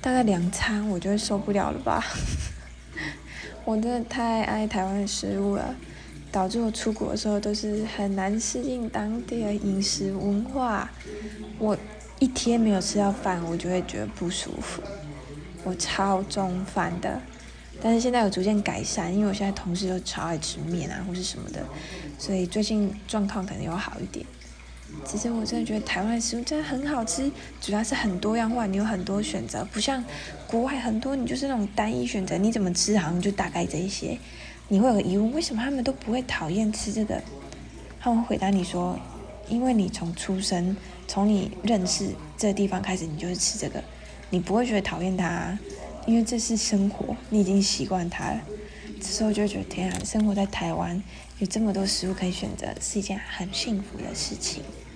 大概2餐我就会受不了了吧。我真的太爱台湾的食物了，导致我出国的时候都是很难适应当地的饮食文化。我一天没有吃到饭，我就会觉得不舒服，我超重饭的。但是现在有逐渐改善，因为我现在同事都超爱吃面啊或是什么的，所以最近状况可能有好一点。其实我真的觉得台湾的食物真的很好吃，主要是很多样化，你有很多选择，不像国外很多你就是那种单一选择，你怎么吃好像就大概这一些。你会有个疑问，为什么他们都不会讨厌吃这个？他们会回答你说，因为你从出生，从你认识这个地方开始，你就是吃这个，你不会觉得讨厌它，因为这是生活，你已经习惯它了。这时候就会觉得天啊，生活在台湾有这么多食物可以选择，是一件很幸福的事情。